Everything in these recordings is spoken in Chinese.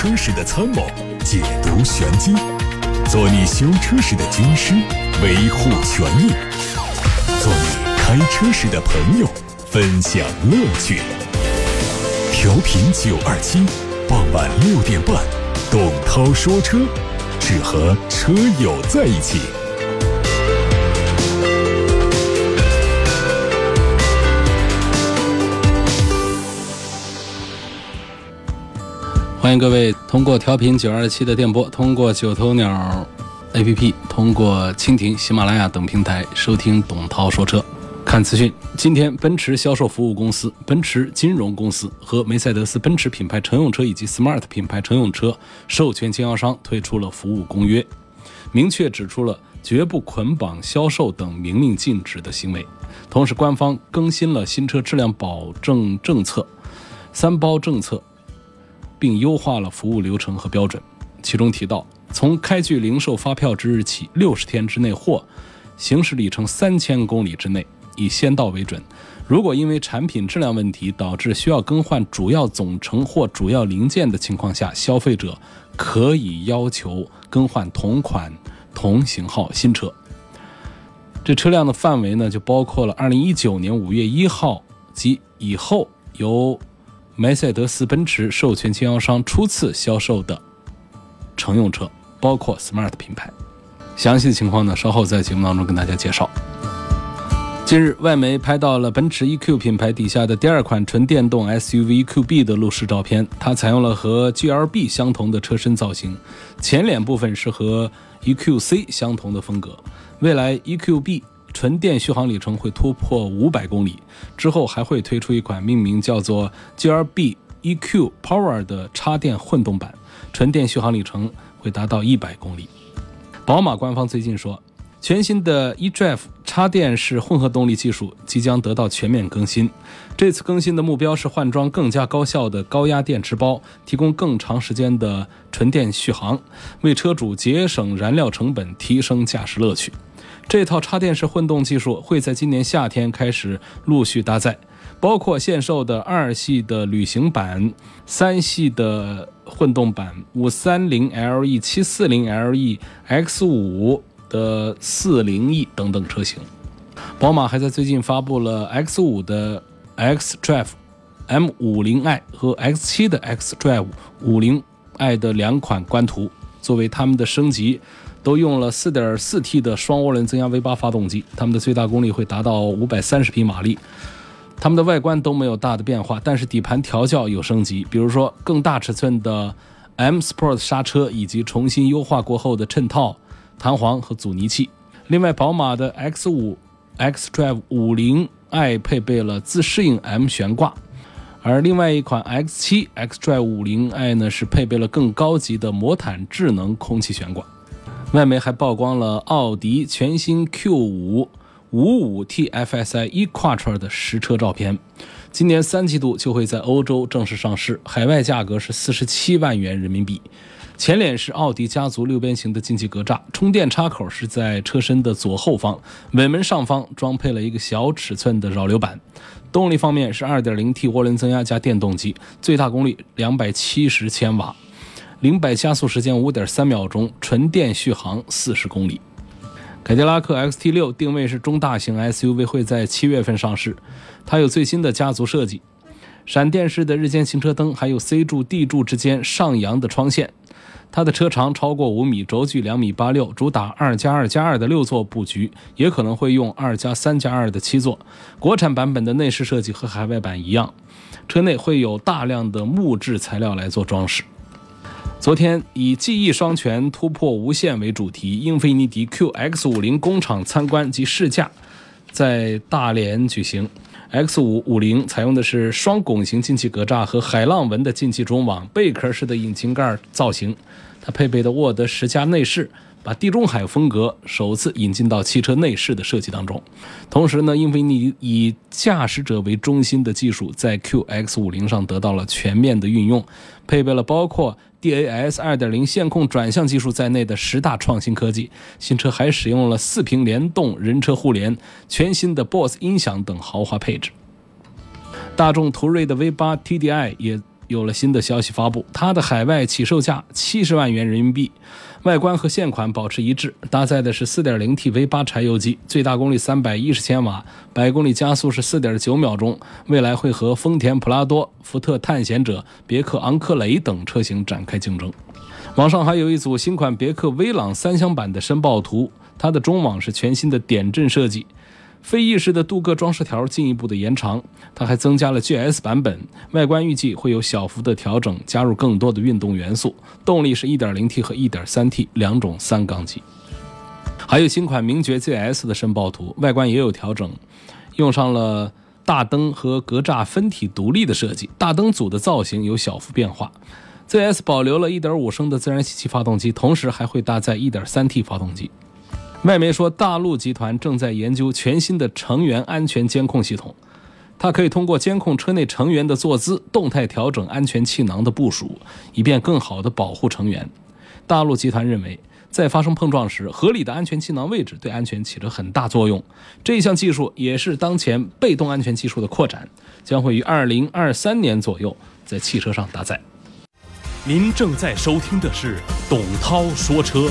车时的参谋，解读玄机，做你修车时的军师，维护权益，做你开车时的朋友，分享乐趣。调频927，傍晚6点半，董涛说车，只和车友在一起。 欢迎各位通过调频927的电波，通过九头鸟 APP， 通过蜻蜓、喜马拉雅等平台收听董涛说车。看资讯，今天奔驰销售服务公司、奔驰金融公司和梅赛德斯奔驰品牌乘用车以及 Smart 品牌乘用车授权经销商推出了服务公约，明确指出了绝不捆绑销售等明令禁止的行为。同时，官方更新了新车质量保证政策、三包政策，并优化了服务流程和标准。其中提到，从开具零售发票之日起60天之内或行驶里程3000公里之内，以先到为准。如果因为产品质量问题导致需要更换主要总成或主要零件的情况下，消费者可以要求更换同款同型号新车。这车辆的范围呢，就包括了2019年5月1号及以后由梅赛德斯奔驰授权经销商初次销售的乘用车，包括 Smart 品牌。详细的情况呢，稍后在节目当中跟大家介绍。近日，外媒拍到了奔驰 EQ 品牌底下的第二款纯电动 SUV EQB 的路试照片，它采用了和 GLB 相同的车身造型，前脸部分是和 EQC 相同的风格。未来 EQB 纯电续航里程会突破500公里，之后还会推出一款命名叫做 GLB EQ Power 的插电混动版，纯电续航里程会达到100公里。宝马官方最近说，全新的 eDrive 插电式混合动力技术即将得到全面更新。这次更新的目标是换装更加高效的高压电池包，提供更长时间的纯电续航，为车主节省燃料成本，提升驾驶乐趣。这套插电式混动技术会在今年夏天开始陆续搭载，包括现售的2系的旅行版、3系的混动版、530LE、740LE、X5 的401等等车型。宝马还在最近发布了 X5 的 xDrive M50i 和 X7 的 xDrive 50i 的两款官图，作为他们的升级，都用了 4.4T 的双涡轮增压 V8 发动机，它们的最大功率会达到530匹马力。它们的外观都没有大的变化，但是底盘调教有升级，比如说更大尺寸的 M Sport 刹车，以及重新优化过后的衬套、弹簧和阻尼器。另外，宝马的 X5 xDrive 50i 配备了自适应 M 悬挂，而另外一款 X7 xDrive 50i 呢，是配备了更高级的魔毯智能空气悬挂。外媒还曝光了奥迪全新 Q5 55T FSI e-Quattro 的实车照片，今年3季度就会在欧洲正式上市，海外价格是47万元人民币。前脸是奥迪家族6边形的进气格栅，充电插口是在车身的左后方，尾门上方装配了一个小尺寸的扰流板。动力方面是 2.0T 涡轮增压加电动机，最大功率270千瓦，0-100加速时间 5.3秒钟，纯电续航40公里。凯迪拉克 XT6 定位是中大型 SUV， 会在7月份上市。它有最新的家族设计，闪电式的日间行车灯，还有 C 柱 D 柱之间上扬的窗线。它的车长超过5米，轴距2.86米，主打2+2+2的6座布局，也可能会用2+3+2的7座。国产版本的内饰设计和海外版一样，车内会有大量的木质材料来做装饰。昨天以记忆双全突破无限为主题，英菲尼迪 QX50 工厂参观及试驾在大连举行。X550 采用的是双拱形进气格栅和海浪纹的进气中网，贝壳式的引擎盖造型。它配备的沃德10加内饰，把地中海风格首次引进到汽车内饰的设计当中。同时呢，英菲尼迪以驾驶者为中心的技术在 QX50 上得到了全面的运用，配备了包括DAS 2.0 线控转向技术在内的10大创新科技。新车还使用了4屏联动人车互联、全新的 BOSE 音响等豪华配置。大众途锐的 V8 TDI 也有了新的消息发布，它的海外起售价70万元人民币，外观和现款保持一致，搭载的是 4.0T V8 柴油机，最大功率310千瓦，百公里加速是 4.9秒钟，未来会和丰田普拉多、福特探险者、别克昂克雷等车型展开竞争。网上还有一组新款别克威朗3厢版的申报图，它的中网是全新的点阵设计，飞翼式的镀铬装饰条进一步的延长，它还增加了 GS 版本，外观预计会有小幅的调整，加入更多的运动元素，动力是 1.0T 和 1.3T 两种3缸机。还有新款名爵 ZS 的申报图，外观也有调整，用上了大灯和格栅分体独立的设计，大灯组的造型有小幅变化。ZS 保留了 1.5 升的自然吸气发动机，同时还会搭载 1.3T 发动机。外媒说，大陆集团正在研究全新的成员安全监控系统，它可以通过监控车内成员的坐姿，动态调整安全气囊的部署，以便更好地保护成员。大陆集团认为，在发生碰撞时，合理的安全气囊位置对安全起着很大作用。这项技术也是当前被动安全技术的扩展，将会于2023年左右在汽车上搭载。 您正在收听的是董涛说车。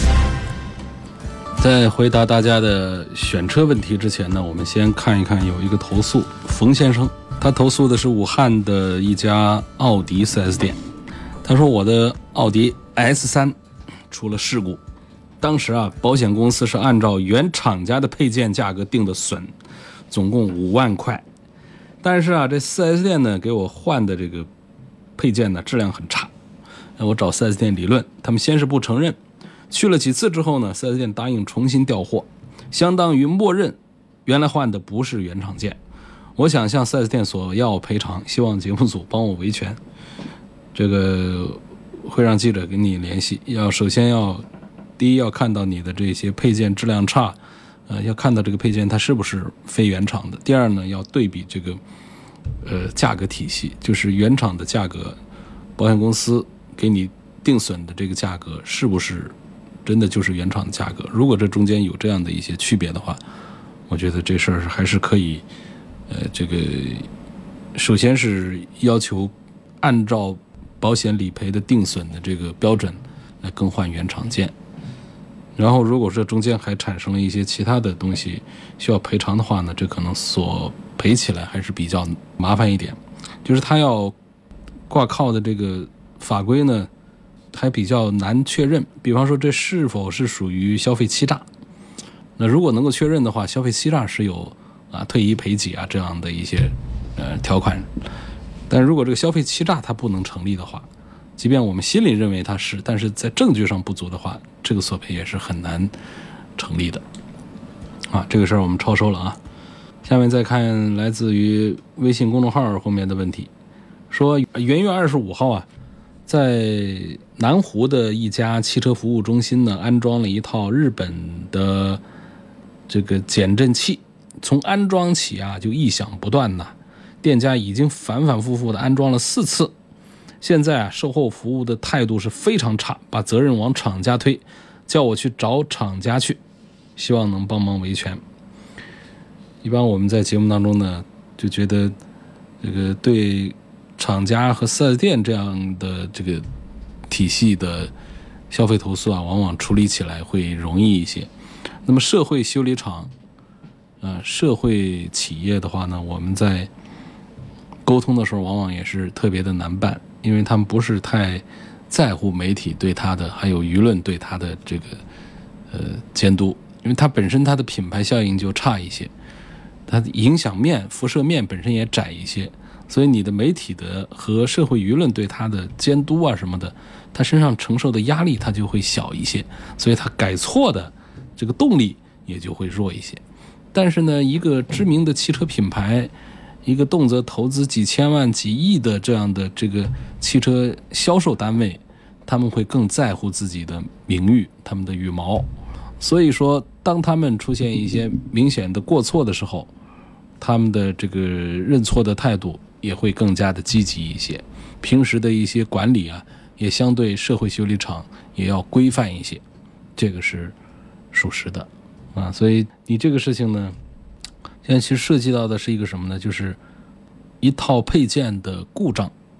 在回答大家的选车问题之前呢，我们先看一看有一个投诉，冯先生他投诉的是武汉的一家奥迪 4S 店。他说，我的奥迪 S3 出了事故，当时保险公司是按照原厂家的配件价格定的损，总共5万块，但是这 4S 店呢给我换的这个配件呢质量很差，我找 4S 店理论，他们先是不承认，去了几次之后呢， 4S 店答应重新调货，相当于默认原来换的不是原厂件。我想向 4S 店索要赔偿，希望节目组帮我维权。这个会让记者跟你联系，首先第一要看到你的这些配件质量差，要看到这个配件它是不是非原厂的。第二呢，要对比这个价格体系，就是原厂的价格，保险公司给你定损的这个价格是不是真的就是原厂的价格。如果这中间有这样的一些区别的话，我觉得这事儿还是可以这个首先是要求按照保险理赔的定损的这个标准来更换原厂件。然后如果说中间还产生了一些其他的东西需要赔偿的话呢，这可能索赔起来还是比较麻烦一点，就是他要挂靠的这个法规呢还比较难确认。比方说这是否是属于消费欺诈，那如果能够确认的话，消费欺诈是有退一赔几这样的一些条款。但如果这个消费欺诈它不能成立的话，即便我们心里认为它是，但是在证据上不足的话，这个索赔也是很难成立的这个事儿我们超收了下面再看来自于微信公众号后面的问题，说元月25号在南湖的一家汽车服务中心呢，安装了一套日本的这个减震器，从安装起就异响不断店家已经反反复复的安装了4次，现在售后服务的态度是非常差，把责任往厂家推，叫我去找厂家去，希望能帮忙维权。一般我们在节目当中呢，就觉得这个对厂家和4S店这样的这个体系的消费投诉往往处理起来会容易一些。那么社会修理厂社会企业的话呢，我们在沟通的时候往往也是特别的难办，因为他们不是太在乎媒体对他的还有舆论对他的这个监督，因为他本身他的品牌效应就差一些，它的影响面辐射面本身也窄一些，所以你的媒体的和社会舆论对他的监督什么的，他身上承受的压力他就会小一些，所以他改错的这个动力也就会弱一些。但是呢，一个知名的汽车品牌，一个动辄投资几千万几亿的这样的这个汽车销售单位，他们会更在乎自己的名誉，他们的羽毛。所以说当他们出现一些明显的过错的时候，他们的这个认错的态度也会更加的积极一些，平时的一些管理也相对社会修理厂也要规范一些，这个是属实的所以你这个事情呢，现在其实涉及到的是一个什么呢，就是一套配件的故障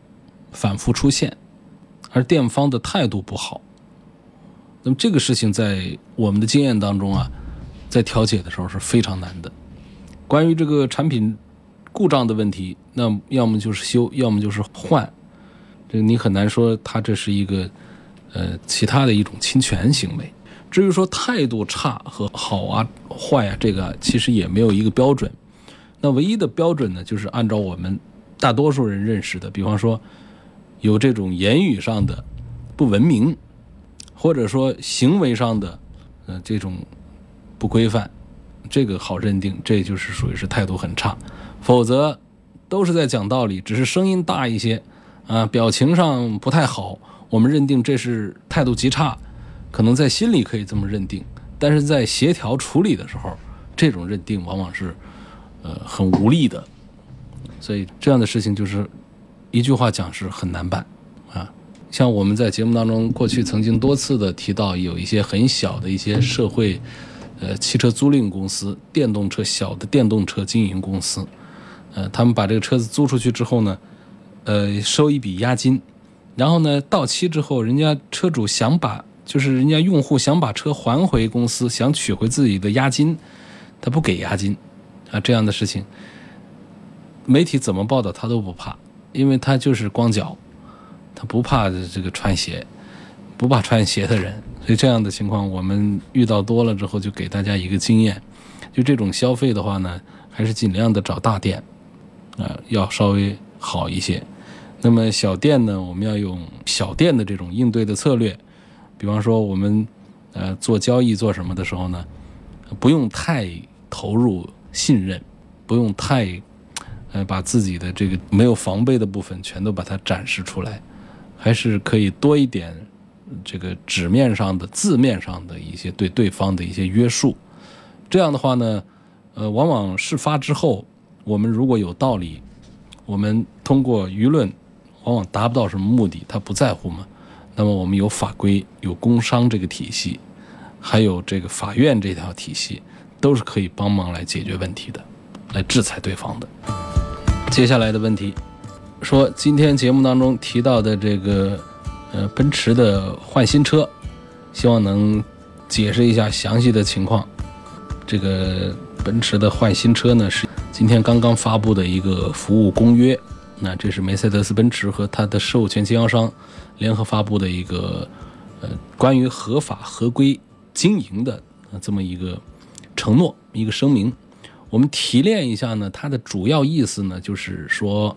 反复出现，而店方的态度不好。那么这个事情在我们的经验当中啊，在调解的时候是非常难的。关于这个产品故障的问题，那要么就是修，要么就是换，这个你很难说它这是一个其他的一种侵权行为。至于说态度差和好啊坏啊，这个其实也没有一个标准。那唯一的标准呢，就是按照我们大多数人认识的，比方说有这种言语上的不文明，或者说行为上的这种不规范，这个好认定，这就是属于是态度很差。否则都是在讲道理，只是声音大一些啊，表情上不太好，我们认定这是态度极差，可能在心里可以这么认定，但是在协调处理的时候，这种认定往往是很无力的。所以这样的事情就是一句话讲是很难办啊。像我们在节目当中过去曾经多次的提到，有一些很小的一些社会汽车租赁公司，小的电动车经营公司，他们把这个车子租出去之后呢，收一笔押金，然后呢到期之后，人家车主就是人家用户想把车还回公司，想取回自己的押金，他不给押金啊，这样的事情媒体怎么报道他都不怕，因为他就是光脚，他不怕这个穿鞋，不怕穿鞋的人。所以这样的情况我们遇到多了之后，就给大家一个经验，就这种消费的话呢，还是尽量的找大店要稍微好一些。那么小店呢，我们要用小店的这种应对的策略，比方说我们做交易做什么的时候呢，不用太投入信任，不用太把自己的这个没有防备的部分全都把它展示出来，还是可以多一点这个纸面上的字面上的一些对对方的一些约束。这样的话呢往往事发之后，我们如果有道理，我们通过舆论往往达不到什么目的，他不在乎嘛。那么我们有法规，有工商这个体系，还有这个法院这条体系，都是可以帮忙来解决问题的，来制裁对方的。接下来的问题说，今天节目当中提到的这个奔驰的换新车，希望能解释一下详细的情况。这个奔驰的换新车呢，是今天刚刚发布的一个服务公约，那这是梅赛德斯奔驰和它的授权经销商联合发布的一个关于合法合规经营的这么一个承诺，一个声明。我们提炼一下呢，它的主要意思呢，就是说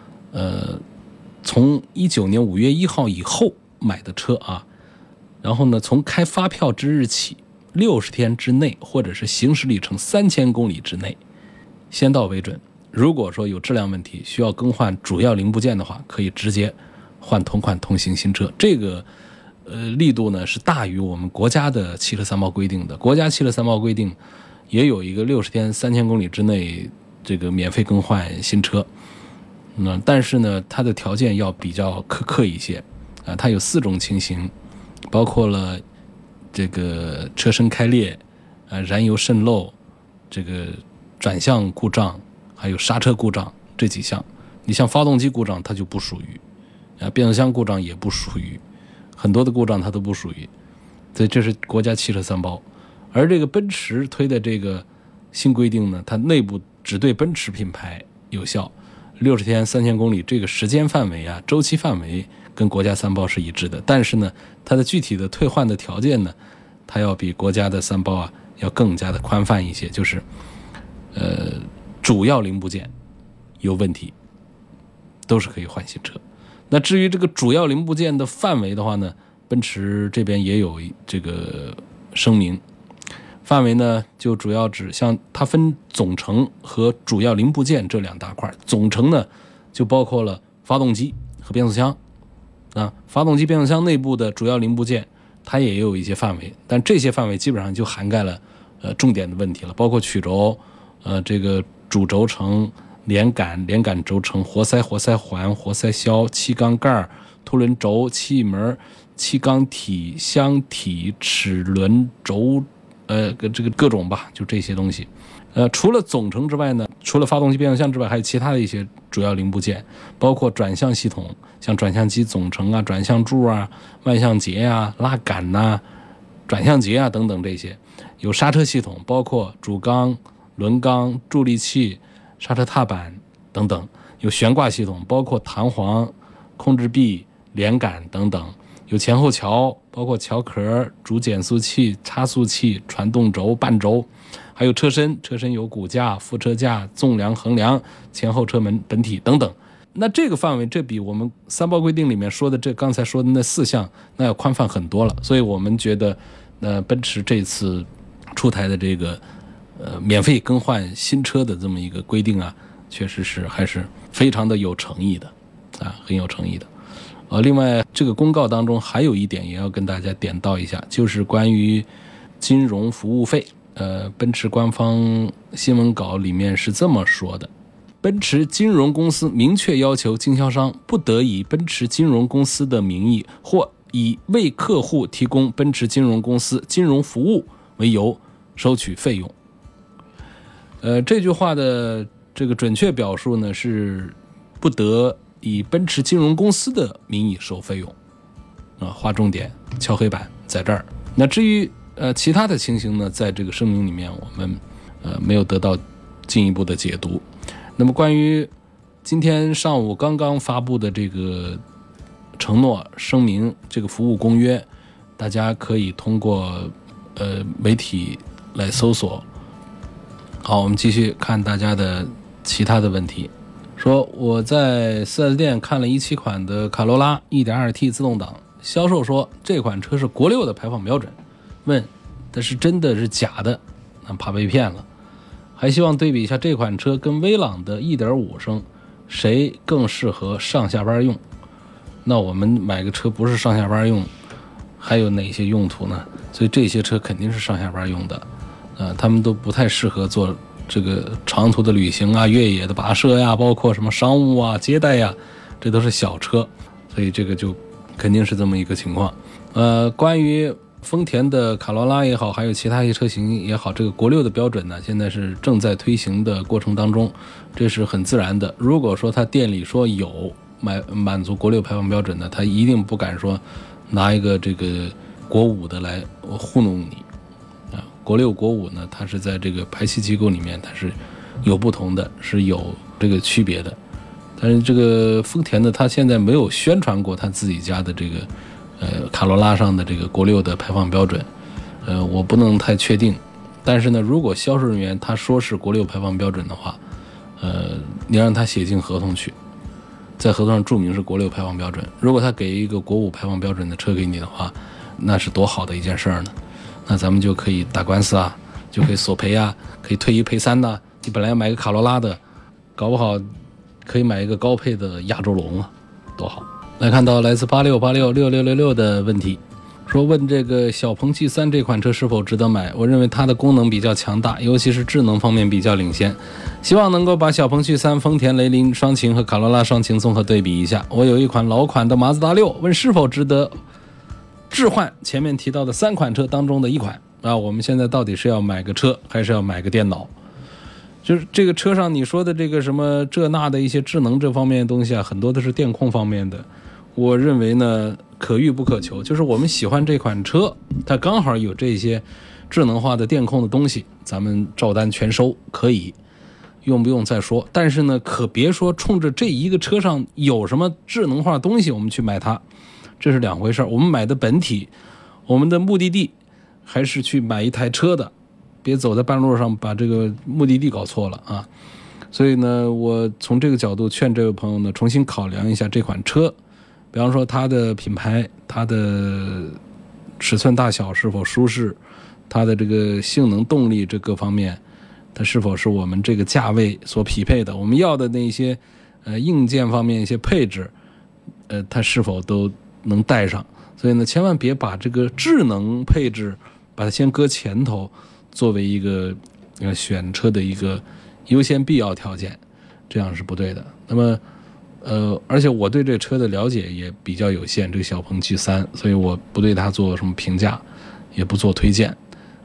从19年5月1号以后买的车啊，然后呢从开发票之日起60天之内，或者是行驶里程3000公里之内，先到为准。如果说有质量问题需要更换主要零部件的话，可以直接换同款同型新车。这个力度呢是大于我们国家的汽车三包规定的。国家汽车三包规定也有一个60天3000公里之内这个免费更换新车，但是呢它的条件要比较苛刻一些啊，它有4种情形，包括了这个车身开裂燃油渗漏，这个转向故障，还有刹车故障，这几项。你像发动机故障它就不属于变速箱故障也不属于，很多的故障它都不属于。所以这是国家汽车三包。而这个奔驰推的这个新规定呢，它内部只对奔驰品牌有效，60天3000公里这个时间范围啊，周期范围跟国家三包是一致的，但是呢它的具体的退换的条件呢，它要比国家的三包啊要更加的宽泛一些，就是主要零部件有问题都是可以换新车。那至于这个主要零部件的范围的话呢，奔驰这边也有这个声明，范围呢就主要指像它分总成和主要零部件这2大块。总成呢就包括了发动机和变速箱啊，发动机变速箱内部的主要零部件它也有一些范围，但这些范围基本上就涵盖了重点的问题了，包括曲轴这个主轴承、连杆轴承、活塞环、活塞销、气缸盖、凸轮轴、气门、气缸体、箱体、齿轮轴这个各种吧，就这些东西。 除了总成之外呢，除了发动机变速箱之外，还有其他的一些主要零部件，包括转向系统，像转向机总成啊、转向柱啊、万向节啊、拉杆呐、转向节啊等等这些。有刹车系统，包括主缸、轮缸、助力器、刹车踏板等等。有悬挂系统，包括弹簧、控制臂、连杆等等。有前后桥，包括桥壳、主减速器、差速器、传动轴、半轴。还有车身，车身有骨架、副车架、纵梁、横梁、前后车门本体等等。那这个范围，这比我们三包规定里面说的刚才说的那4项，那要宽泛很多了。所以我们觉得，奔驰这次出台的这个免费更换新车的这么一个规定啊，确实是还是非常的有诚意的啊，很有诚意的。另外这个公告当中还有一点也要跟大家点到一下，就是关于金融服务费。奔驰官方新闻稿里面是这么说的：奔驰金融公司明确要求经销商不得以奔驰金融公司的名义或以为客户提供奔驰金融公司金融服务为由收取费用。这句话的这个准确表述呢是不得以奔驰金融公司的名义收费用。划重点，敲黑板在这儿。那至于其他的情形呢，在这个声明里面我们没有得到进一步的解读。那么关于今天上午刚刚发布的这个承诺声明，这个服务公约，大家可以通过媒体来搜索。好，我们继续看大家的其他的问题。说我在 4S 店看了17款的卡罗拉 1.2T 自动挡，销售说这款车是国6的排放标准，问但是真的是假的，怕被骗了。还希望对比一下这款车跟威朗的 1.5 升谁更适合上下班用。那我们买个车不是上下班用，还有哪些用途呢？所以这些车肯定是上下班用的，他们都不太适合做这个长途的旅行啊、越野的跋涉呀，包括什么商务啊、接待呀，这都是小车，所以这个就肯定是这么一个情况。关于丰田的卡罗拉也好，还有其他一些车型也好，这个国6的标准呢，现在是正在推行的过程当中，这是很自然的。如果说他店里说有满足国6排放标准的，他一定不敢说拿一个这个国5的来糊弄你啊。国6国5呢，它是在这个排气机构里面它是有不同的，是有这个区别的。但是这个丰田呢，它现在没有宣传过他自己家的这个卡罗拉上的这个国6的排放标准，我不能太确定。但是呢，如果销售人员他说是国6排放标准的话，你让他写进合同去，在合同上注明是国6排放标准。如果他给一个国5排放标准的车给你的话，那是多好的一件事呢。那咱们就可以打官司啊，就可以索赔啊，可以退1赔3呐。你本来买个卡罗拉的，搞不好可以买一个高配的亚洲龙啊，多好。来看到来自86866666的问题，说问这个小鹏 G3 这款车是否值得买。我认为它的功能比较强大，尤其是智能方面比较领先，希望能够把小鹏 G3、丰田雷凌双擎和卡罗拉双擎综合对比一下。我有一款老款的马自达6，问是否值得置换前面提到的3款车当中的一款啊？我们现在到底是要买个车还是要买个电脑？就是这个车上你说的这个什么这那的一些智能这方面的东西啊，很多都是电控方面的。我认为呢，可遇不可求，就是我们喜欢这款车，它刚好有这些智能化的电控的东西，咱们照单全收可以，用不用再说。但是呢，可别说冲着这一个车上有什么智能化东西我们去买它，这是两回事。我们买的本体，我们的目的地还是去买一台车的，别走在半路上把这个目的地搞错了啊。所以呢，我从这个角度劝这位朋友呢，重新考量一下这款车，比方说它的品牌、它的尺寸大小是否舒适，它的这个性能动力这各方面，它是否是我们这个价位所匹配的，我们要的那些硬件方面一些配置，它是否都能带上。所以呢，千万别把这个智能配置把它先搁前头，作为一个选车的一个优先必要条件，这样是不对的。那么而且我对这车的了解也比较有限，这个小鹏 G3，所以我不对它做什么评价，也不做推荐。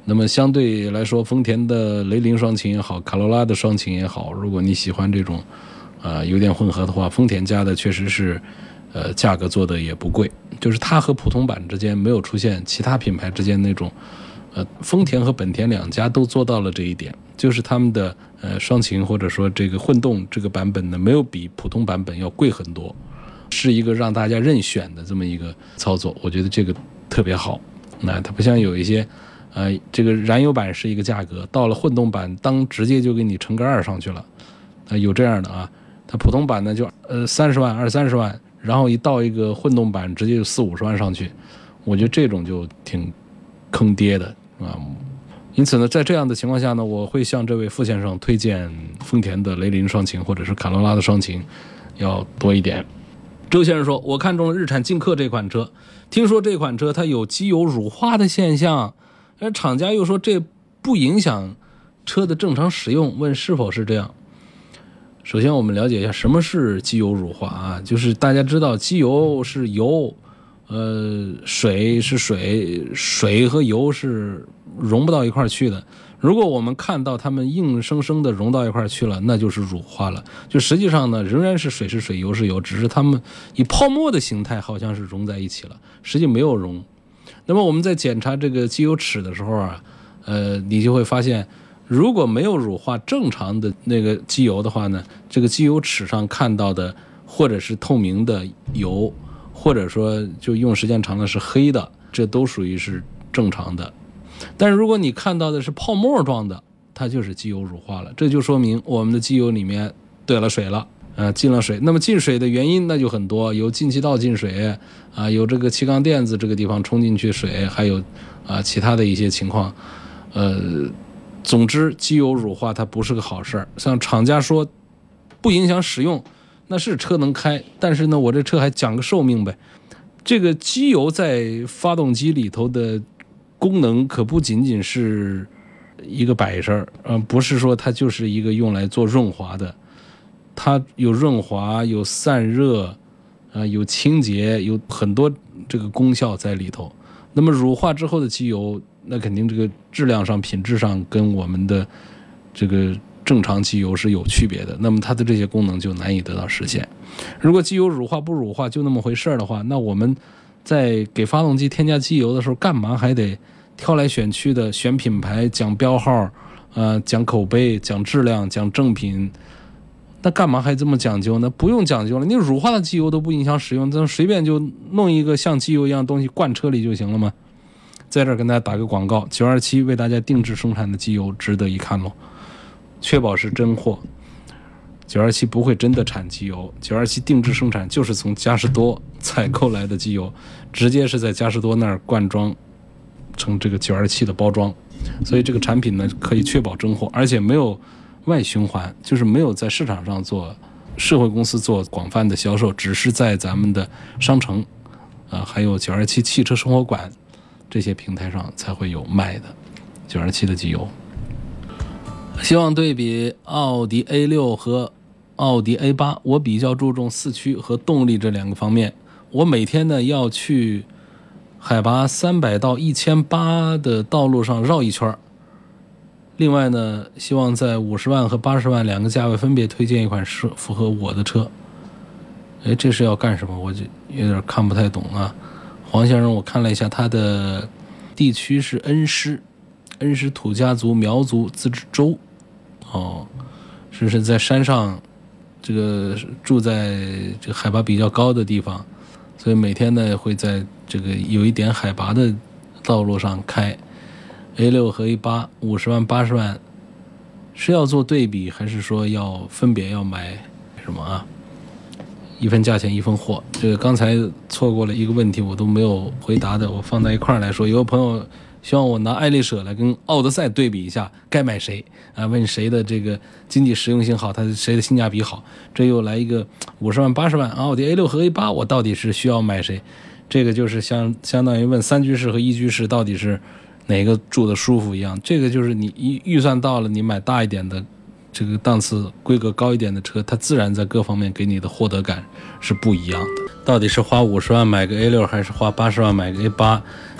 那么相对来说，丰田的雷凌双擎也好，卡罗拉的双擎也好，如果你喜欢这种油电混合的话，丰田家的确实是价格做的也不贵，就是它和普通版之间没有出现其他品牌之间那种丰田和本田两家都做到了这一点，就是他们的双擎或者说这个混动这个版本呢，没有比普通版本要贵很多，是一个让大家任选的这么一个操作，我觉得这个特别好。那它不像有一些这个燃油版是一个价格，到了混动版直接就给你乘个2上去了，有这样的啊。它普通版呢就30万20-30万，然后一到一个混动版直接就40-50万上去，我觉得这种就挺坑爹的啊。因此呢，在这样的情况下呢，我会向这位傅先生推荐丰田的雷凌双擎或者是卡罗拉的双擎要多一点。周先生说，我看中了日产劲客这款车，听说这款车它有机油乳化的现象，而厂家又说这不影响车的正常使用，问是否是这样。首先我们了解一下什么是机油乳化啊，就是大家知道机油是油，水是水，水和油是融不到一块去的。如果我们看到它们硬生生的融到一块去了，那就是乳化了。就实际上呢，仍然是水是水，油是油，只是它们以泡沫的形态好像是融在一起了，实际没有融。那么我们在检查这个机油尺的时候啊，你就会发现，如果没有乳化正常的那个机油的话呢，这个机油尺上看到的或者是透明的油，或者说就用时间长了是黑的，这都属于是正常的。但是如果你看到的是泡沫状的，它就是机油乳化了，这就说明我们的机油里面兑了水了，进了水。那么进水的原因那就很多，有进气道进水啊，有这个气缸垫子这个地方冲进去水，还有其他的一些情况。总之机油乳化它不是个好事儿。像厂家说不影响使用，那是车能开，但是呢我这车还讲个寿命呗。这个机油在发动机里头的功能可不仅仅是一个摆设，不是说它就是一个用来做润滑的，它有润滑，有散热，有清洁，有很多这个功效在里头。那么乳化之后的机油，那肯定这个质量上品质上跟我们的这个正常机油是有区别的，那么它的这些功能就难以得到实现。如果机油乳化不乳化就那么回事的话，那我们在给发动机添加机油的时候，干嘛还得挑来选去的选品牌、讲标号，讲口碑、讲质量、讲正品？那干嘛还这么讲究呢？不用讲究了，你乳化的机油都不影响使用，咱随便就弄一个像机油一样东西灌车里就行了吗？在这儿跟大家打个广告，927为大家定制生产的机油值得一看喽，确保是真货。927不会真的产机油，927定制生产就是从嘉实多采购来的机油，直接是在嘉实多那儿灌装成这个927的包装，所以这个产品呢可以确保真货，而且没有外循环，就是没有在市场上做社会公司做广泛的销售，只是在咱们的商城还有927汽车生活馆这些平台上才会有卖的927的机油。希望对比奥迪 A6 和奥迪 A8， 我比较注重四驱和动力这两个方面。我每天呢要去海拔300到1800的道路上绕一圈。另外呢，希望在50万和80万两个价位分别推荐一款符合我的车。这是要干什么？我就有点看不太懂啊。黄先生，我看了一下他的地区是恩施土家族苗族自治州，是在山上，这个住在这个海拔比较高的地方，所以每天呢会在这个有一点海拔的道路上开。A6 和 A8 50万80万是要做对比，还是说要分别要买什么啊？一分价钱一分货。这个刚才错过了一个问题我都没有回答的，我放在一块来说。有个朋友希望我拿爱丽舍来跟奥德赛对比一下，该买谁啊？问谁的这个经济实用性好，它谁的性价比好。这又来一个50万80万奥迪 A6 和 A8， 我到底是需要买谁？这个就是相当于问3居室和1居室到底是哪个住的舒服一样。这个就是你预算到了，你买大一点的这个档次规格高一点的车，它自然在各方面给你的获得感是不一样的。到底是花50万买个 A6 还是花80万买个 A8，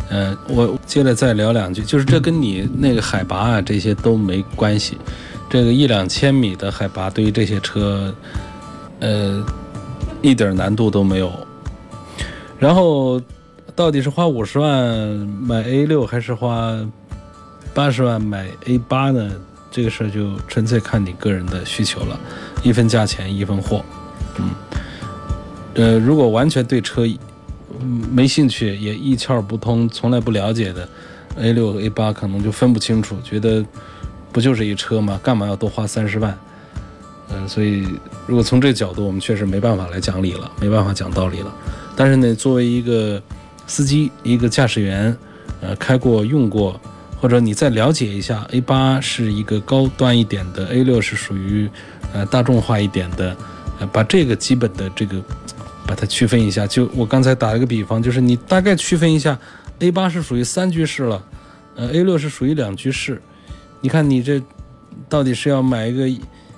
我接着再聊两句，就是这跟你那个海拔啊这些都没关系，这个1-2千米的海拔对于这些车，一点难度都没有。然后到底是花50万买 A6 还是花80万买 A8 呢？这个事儿就纯粹看你个人的需求了，一分价钱一分货。如果完全对车没兴趣，也一窍不通，从来不了解的 A6 和 A8 可能就分不清楚，觉得不就是一车吗？干嘛要多花30万？所以如果从这个角度，我们确实没办法来讲理了，没办法讲道理了。但是呢，作为一个司机，一个驾驶员，开过用过，或者你再了解一下 A8 是一个高端一点的， A6 是属于大众化一点的，把这个基本的这个把它区分一下。就我刚才打了个比方，就是你大概区分一下 A8 是属于3居室了，A6 是属于2居室，你看你这到底是要买一个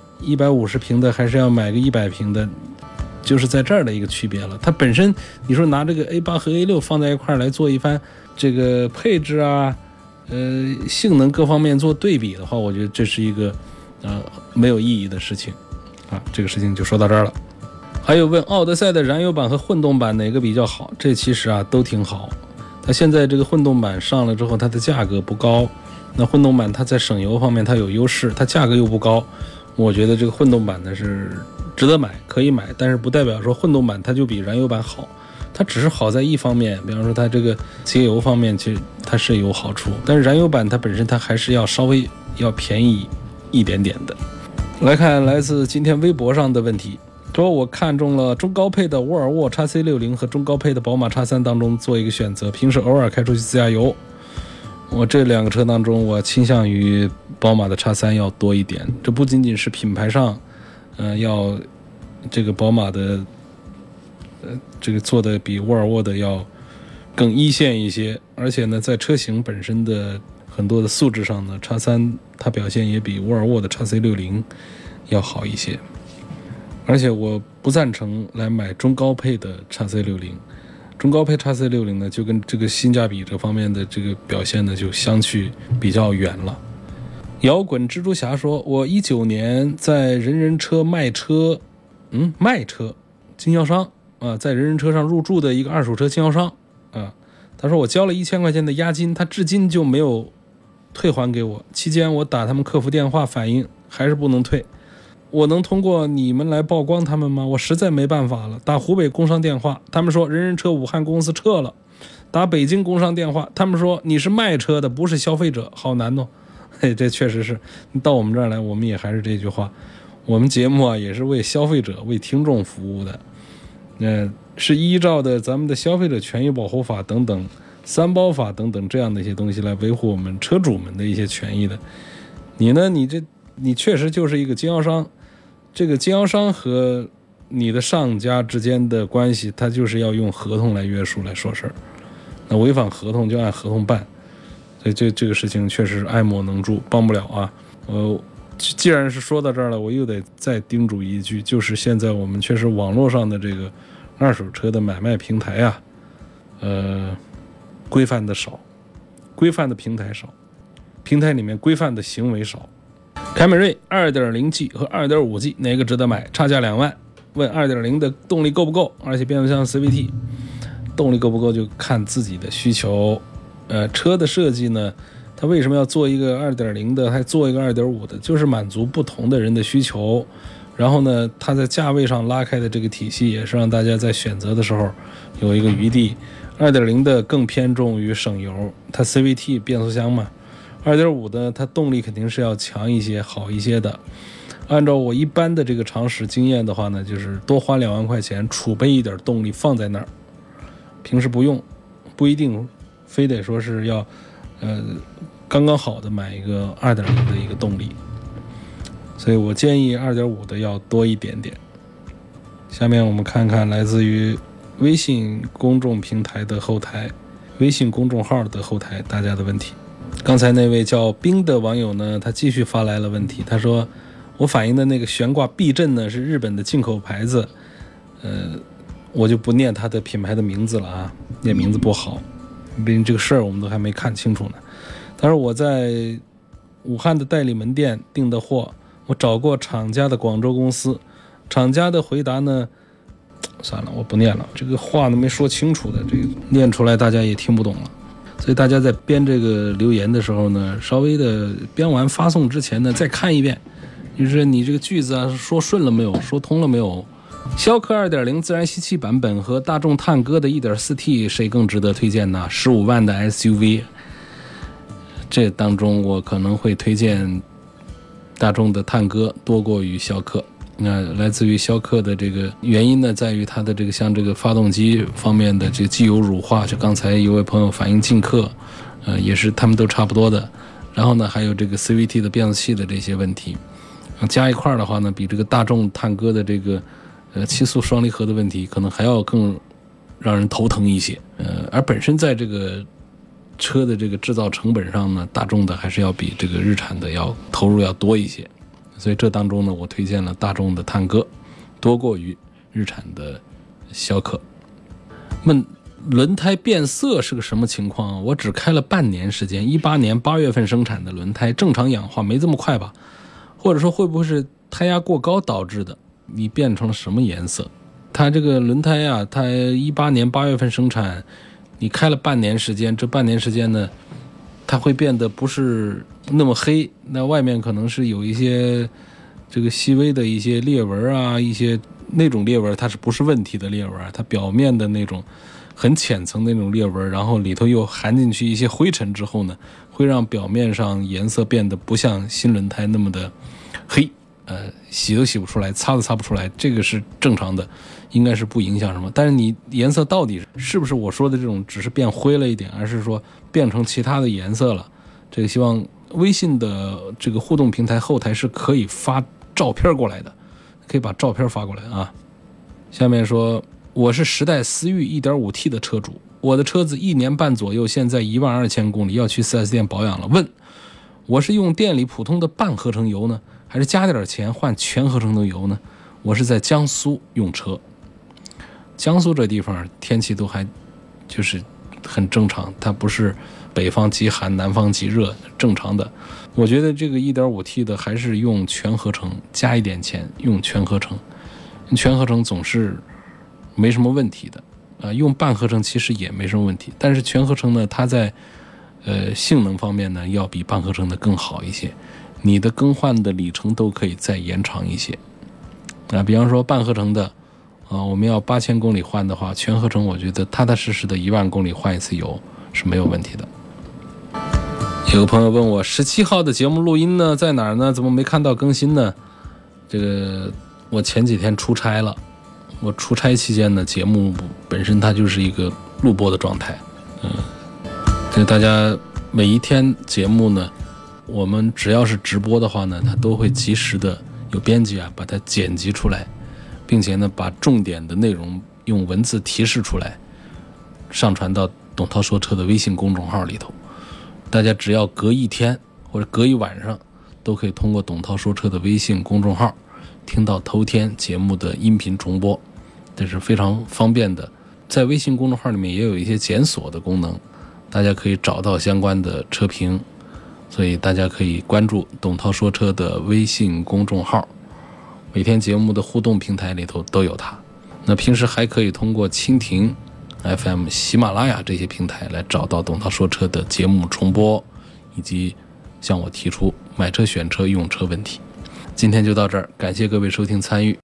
150平的还是要买个100平的，就是在这儿的一个区别了。它本身你说拿这个 A8 和 A6 放在一块来做一番这个配置啊性能各方面做对比的话，我觉得这是一个没有意义的事情啊。这个事情就说到这儿了。还有问奥德赛的燃油版和混动版哪个比较好？这其实都挺好。它现在这个混动版上了之后，它的价格不高，那混动版它在省油方面它有优势，它价格又不高，我觉得这个混动版呢是值得买，可以买，但是不代表说混动版它就比燃油版好，它只是好在一方面，比方说它这个节油方面其实它是有好处，但是燃油版它本身它还是要稍微要便宜一点点的。来看来自今天微博上的问题，说我看中了中高配的沃尔沃 XC60 和中高配的宝马 X3 当中做一个选择，平时偶尔开出去自驾游，我这2个车当中我倾向于宝马的 X3 要多一点。这不仅仅是品牌上要这个宝马的这个做的比沃尔沃的要更一线一些，而且呢在车型本身的很多的素质上呢， X3 它表现也比沃尔沃的 XC60 要好一些。而且我不赞成来买中高配的 XC60， 中高配 XC60 呢就跟这个性价比这方面的这个表现呢就相去比较远了。摇滚蜘蛛侠说，我19年在人人车卖车经销商在人人车上入驻的一个二手车经销商他说我交了1000块钱的押金，他至今就没有退还给我，期间我打他们客服电话反映还是不能退，我能通过你们来曝光他们吗？我实在没办法了。打湖北工商电话，他们说人人车武汉公司撤了。打北京工商电话，他们说你是卖车的不是消费者，好难哦。这确实是，到我们这儿来我们也还是这句话，我们节目也是为消费者为听众服务的，是依照的咱们的消费者权益保护法等等3包法等等这样的一些东西来维护我们车主们的一些权益的。你呢，你确实就是一个经销商，这个经销商和你的上家之间的关系，它就是要用合同来约束来说事儿，那违反合同就按合同办，所以这个事情确实爱莫能助，帮不了啊。既然是说到这儿了，我又得再叮嘱一句，就是现在我们确实网络上的这个二手车的买卖平台规范的少，规范的平台少，平台里面规范的行为少。凯美瑞 2.0G 和 2.5G 哪个值得买？差价2万。问 2.0 的动力够不够，而且变速箱 CVT 动力够不够就看自己的需求。车的设计呢，它为什么要做一个 2.0 的还做一个 2.5 的，就是满足不同的人的需求。然后呢，它在价位上拉开的这个体系也是让大家在选择的时候有一个余地。2.0 的更偏重于省油，它 CVT 变速箱嘛。2.5 的它动力肯定是要强一些好一些的。按照我一般的这个常识经验的话呢，就是多花2万块钱储备一点动力放在那儿，平时不用，不一定非得说是要刚刚好的买一个 2.0 的一个动力，所以我建议 2.5 的要多一点点。下面我们看看来自于微信公众平台的后台，微信公众号的后台大家的问题。刚才那位叫冰的网友呢，他继续发来了问题，他说我反映的那个悬挂避震呢是日本的进口牌子，我就不念它的品牌的名字了啊，念名字不好。 毕竟这个事儿我们都还没看清楚呢。但是我在武汉的代理门店订的货，我找过厂家的广州公司，厂家的回答呢，算了，我不念了，这个话都没说清楚的，这个念出来大家也听不懂了。所以大家在编这个留言的时候呢，稍微的编完发送之前呢，再看一遍，就是你这个句子啊，说顺了没有，说通了没有。逍客 2.0 自然吸气版本和大众探歌的 1.4T 谁更值得推荐呢？15万的 SUV， 这当中我可能会推荐大众的探歌多过于逍客。来自于逍客的这个原因呢，在于它的这个像这个发动机方面的这个机油乳化，就刚才有位朋友反映劲客，也是他们都差不多的。然后呢，还有这个 CVT 的变速器的这些问题，加一块的话呢，比这个大众探歌的这个7速双离合的问题可能还要更让人头疼一些。而本身在这个车的这个制造成本上呢，大众的还是要比这个日产的要投入要多一些。所以这当中呢，我推荐了大众的探歌多过于日产的逍客。问轮胎变色是个什么情况？我只开了半年时间，18年8月份生产的轮胎，正常氧化没这么快吧？或者说会不会是胎压过高导致的？你变成了什么颜色？它这个轮胎啊，它18年8月份生产，你开了半年时间，这半年时间呢，它会变得不是那么黑，那外面可能是有一些这个细微的一些裂纹啊，一些那种裂纹它是不是问题的裂纹，它表面的那种很浅层的那种裂纹，然后里头又含进去一些灰尘之后呢，会让表面上颜色变得不像新轮胎那么的黑，洗都洗不出来，擦都擦不出来，这个是正常的，应该是不影响什么。但是你颜色到底是不是我说的这种只是变灰了一点，而是说变成其他的颜色了，这个希望微信的这个互动平台后台是可以发照片过来的，可以把照片发过来啊。下面说，我是10代思域 1.5T 的车主，我的车子1年半左右，现在12000公里，要去 4S 店保养了。问我是用店里普通的半合成油呢，还是加点钱换全合成的油呢？我是在江苏用车，江苏这地方天气都还就是很正常，它不是北方极寒南方极热，正常的。我觉得这个 1.5T 的还是用全合成，加一点钱用全合成，全合成总是没什么问题的，用半合成其实也没什么问题，但是全合成呢，它在性能方面呢要比半合成的更好一些，你的更换的里程都可以再延长一些。比方说半合成的我们要8000公里换的话，全合成我觉得踏踏实实的1万公里换一次油是没有问题的。有个朋友问我17号的节目录音呢在哪儿呢？怎么没看到更新呢？这个我前几天出差了，我出差期间呢，节目本身它就是一个录播的状态，所以大家每一天节目呢，我们只要是直播的话呢，它都会及时的有编辑把它剪辑出来，并且呢把重点的内容用文字提示出来，上传到董涛说车的微信公众号里头。大家只要隔一天或者隔一晚上，都可以通过董涛说车的微信公众号听到头天节目的音频重播，这是非常方便的。在微信公众号里面也有一些检索的功能，大家可以找到相关的车评，所以大家可以关注董涛说车的微信公众号，每天节目的互动平台里头都有它。那平时还可以通过蜻蜓 FM、喜马拉雅这些平台来找到董涛说车的节目重播，以及向我提出买车、选车、用车问题。今天就到这儿，感谢各位收听参与。